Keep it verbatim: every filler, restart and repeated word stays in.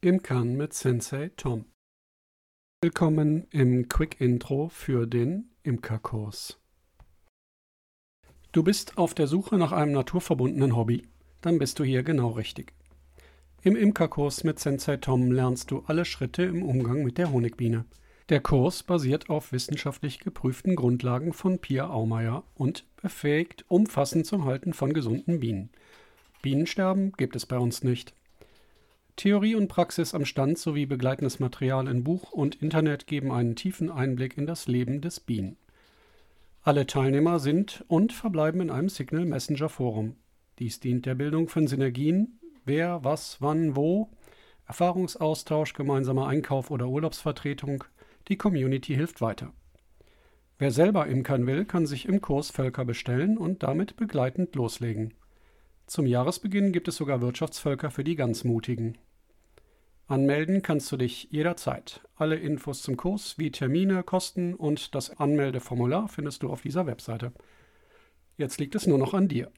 Imkern mit Sensei Tom. Willkommen im Quick Intro für den Imkerkurs. Du bist auf der Suche nach einem naturverbundenen Hobby? Dann bist du hier genau richtig. Im Imkerkurs mit Sensei Tom lernst du alle Schritte im Umgang mit der Honigbiene. Der Kurs basiert auf wissenschaftlich geprüften Grundlagen von Pia Aumeier und befähigt umfassend zum Halten von gesunden Bienen. Bienensterben gibt es bei uns nicht. Theorie und Praxis am Stand sowie begleitendes Material in Buch und Internet geben einen tiefen Einblick in das Leben des Bienen. Alle Teilnehmer sind und verbleiben in einem Signal Messenger Forum. Dies dient der Bildung von Synergien, wer, was, wann, wo, Erfahrungsaustausch, gemeinsamer Einkauf oder Urlaubsvertretung. Die Community hilft weiter. Wer selber imkern will, kann sich im Kurs Völker bestellen und damit begleitend loslegen. Zum Jahresbeginn gibt es sogar Wirtschaftsvölker für die ganz Mutigen. Anmelden kannst du dich jederzeit. Alle Infos zum Kurs wie Termine, Kosten und das Anmeldeformular findest du auf dieser Webseite. Jetzt liegt es nur noch an dir.